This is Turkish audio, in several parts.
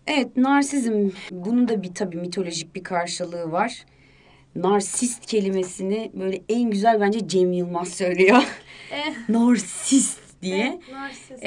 Evet, narsizm. Bunun da bir tabii mitolojik bir karşılığı var. Narsist kelimesini böyle en güzel bence Cem Yılmaz söylüyor. Narsist diye. Narsist.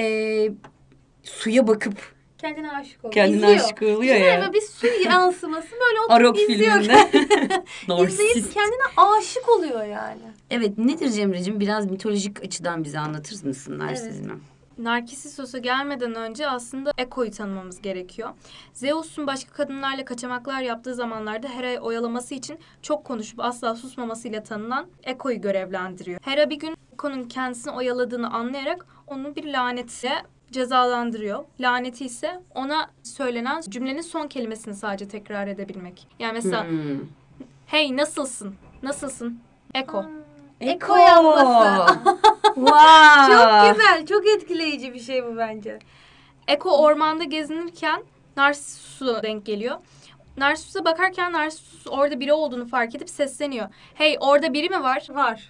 Suya bakıp Kendine aşık oluyor. kendine İzliyor. aşık oluyor Düşünsene ya. böyle bir su yansıması böyle Arok oturup izliyor. filminde. İzleyip Narsist. kendine aşık oluyor yani. Evet, nedir Cemre'cim? Biraz mitolojik açıdan bize anlatır mısın narsizmi? Narkissos'a gelmeden önce aslında Eko'yu tanımamız gerekiyor. Zeus'un başka kadınlarla kaçamaklar yaptığı zamanlarda Hera'yı oyalaması için çok konuşup asla susmamasıyla tanınan Eko'yu görevlendiriyor. Hera bir gün Eko'nun kendisini oyaladığını anlayarak onu bir lanetle cezalandırıyor. Laneti ise ona söylenen cümlenin son kelimesini sadece tekrar edebilmek. Yani mesela hey nasılsın? Nasılsın? Eko. Eko yapması. Wow. Çok güzel, çok etkileyici bir şey bu bence. Eko ormanda gezinirken Narcissus'a denk geliyor. Narcissus'a bakarken Narcissus orada biri olduğunu fark edip sesleniyor. Hey orada biri mi var? Var.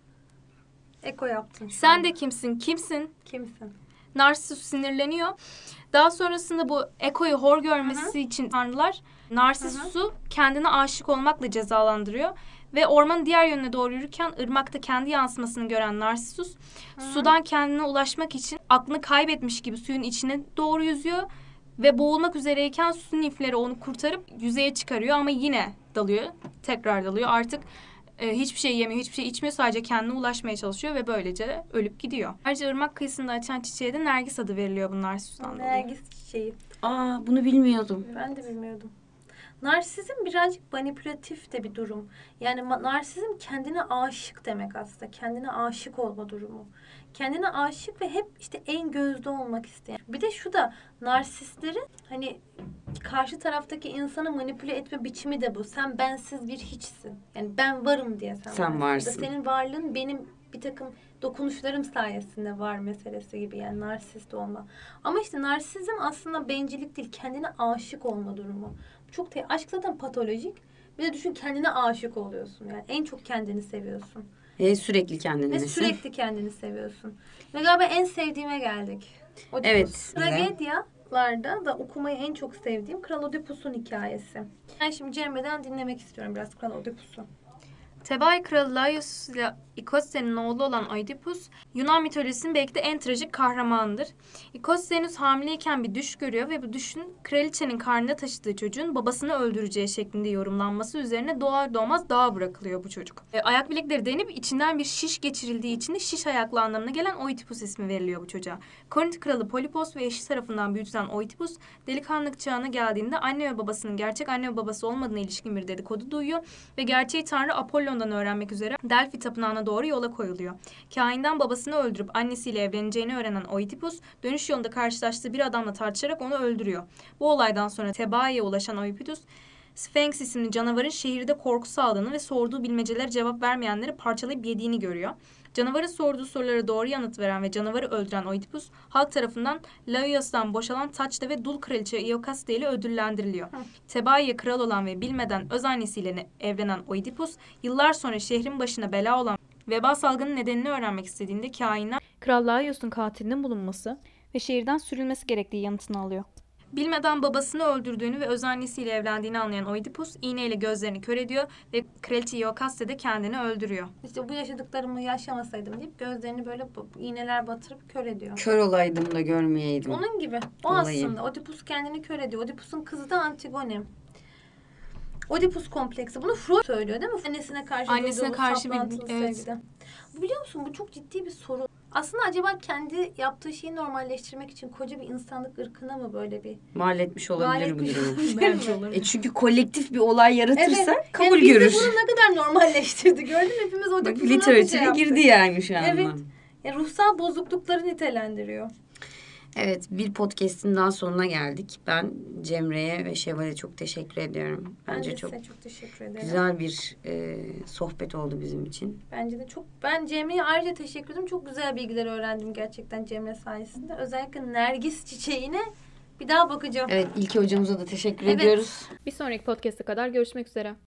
Eko yaptın. Sen de kimsin? Kimsin? Kimsin? Narcissus sinirleniyor. Daha sonrasında bu Eko'yu hor görmesi için tanrılar Narcissus'u kendine aşık olmakla cezalandırıyor. Ve ormanın diğer yönüne doğru yürürken ırmakta kendi yansımasını gören Narcissus sudan kendine ulaşmak için aklını kaybetmiş gibi suyun içine doğru yüzüyor. Ve boğulmak üzereyken su nifleri onu kurtarıp yüzeye çıkarıyor ama yine dalıyor. Tekrar dalıyor. Artık hiçbir şey yemiyor, hiçbir şey içmiyor. Sadece kendine ulaşmaya çalışıyor ve böylece ölüp gidiyor. Ayrıca ırmak kıyısında açan çiçeğe de Nergis adı veriliyor bu Narcissus'tan dolayı. Nergis çiçeği. Aa, bunu bilmiyordum. Ben de bilmiyordum. Narsizm birazcık manipülatif de bir durum. Yani narsizm kendine aşık demek aslında. Kendine aşık olma durumu. Kendine aşık ve hep işte en gözde olmak isteyen. Bir de şu da narsistlerin hani karşı taraftaki insanı manipüle etme biçimi de bu. Sen bensiz bir hiçsin. Yani ben varım diye Sen varsın. Ya da senin varlığın benim bir takım dokunuşlarım sayesinde var meselesi gibi, yani narsist olma. Ama işte narsizm aslında bencillik değil, kendine aşık olma durumu. Çok aşk zaten patolojik. Bir de düşün, kendine aşık oluyorsun. Yani en çok kendini seviyorsun. Sürekli kendini. Ve sürekli kendini seviyorsun. Ve galiba en sevdiğime geldik. Oedipus. Evet. Tragedyalarda da okumayı en çok sevdiğim Kral Oedipus'un hikayesi. Ben şimdi Cemre'den dinlemek istiyorum biraz Kral Oedipus'u. Tebai kralı Laios ile Ikosthe'nin oğlu olan Oedipus, Yunan mitolojisinin belki de en trajik kahramanıdır. Ikosthenes henüz hamileyken bir düş görüyor ve bu düşün kraliçenin karnında taşıdığı çocuğun babasını öldüreceği şeklinde yorumlanması üzerine doğar doğmaz dağa bırakılıyor bu çocuk. Ayak bilekleri denip içinden bir şiş geçirildiği için de şiş ayaklı anlamına gelen Oedipus ismi veriliyor bu çocuğa. Korint kralı Polipos ve eşi tarafından büyütülen Oedipus, delikanlık çağına geldiğinde anne ve babasının gerçek anne ve babası olmadığına ilişkin bir dedikodu duyuyor ve gerçeği tanrı Apollon'dan öğrenmek üzere Delphi tapınağına doğru yola koyuluyor. Kahinden babasını öldürüp annesiyle evleneceğini öğrenen Oedipus, dönüş yolunda karşılaştığı bir adamla tartışarak onu öldürüyor. Bu olaydan sonra Thebai'ye ulaşan Oedipus, Sphinx isimli canavarın şehirde korku sağladığını ve sorduğu bilmecelere cevap vermeyenleri parçalayıp yediğini görüyor. Canavarın sorduğu sorulara doğru yanıt veren ve canavarı öldüren Oedipus, halk tarafından Laios'tan boşalan taçla ve dul kraliçe Iokaste ile ödüllendiriliyor. Thebai'ye kral olan ve bilmeden öz annesiyle evlenen Oedipus, yıllar sonra şehrin başına bela olan veba salgının nedenini öğrenmek istediğinde kahinler Kral Laios'un katilinin bulunması ve şehirden sürülmesi gerektiği yanıtını alıyor. Bilmeden babasını öldürdüğünü ve öz annesiyle evlendiğini anlayan Oedipus iğneyle gözlerini kör ediyor ve kraliçe Iokaste de kendini öldürüyor. İşte bu yaşadıklarımı yaşamasaydım deyip gözlerini böyle iğneler batırıp kör ediyor. Kör olaydım da görmeyeydim. Onun gibi. O Olayı. aslında. Oedipus kendini kör ediyor. Oedipus'un kızı da Antigone. Oedipus kompleksi. Bunu Freud söylüyor değil mi? Annesine karşı bir evet. sevgiden. Biliyor musun, bu çok ciddi bir sorun. Aslında acaba kendi yaptığı şeyi normalleştirmek için koca bir insanlık ırkına mı böyle bir mal etmiş olabilir bu durumu. Bence olabilir. Çünkü kolektif bir olay yaratırsa kabul yani görür. Biz de bunu ne kadar normalleştirdi, gördün mü? Hepimiz Oedipus'un Literatüre girdi yani şu anda. Evet. Ya, ruhsal bozuklukları nitelendiriyor. Evet, bir podcast'in daha sonuna geldik. Ben Cemre'ye ve Şevval'e çok teşekkür ediyorum. Ben çok teşekkür ederim. güzel bir sohbet oldu bizim için. Bence de çok. Ben Cemre'ye ayrıca teşekkür ederim. Çok güzel bilgiler öğrendim gerçekten Cemre sayesinde. Özellikle Nergis çiçeğine bir daha bakacağım. Evet, İlke hocamıza da teşekkür ediyoruz. Bir sonraki podcast'e kadar görüşmek üzere.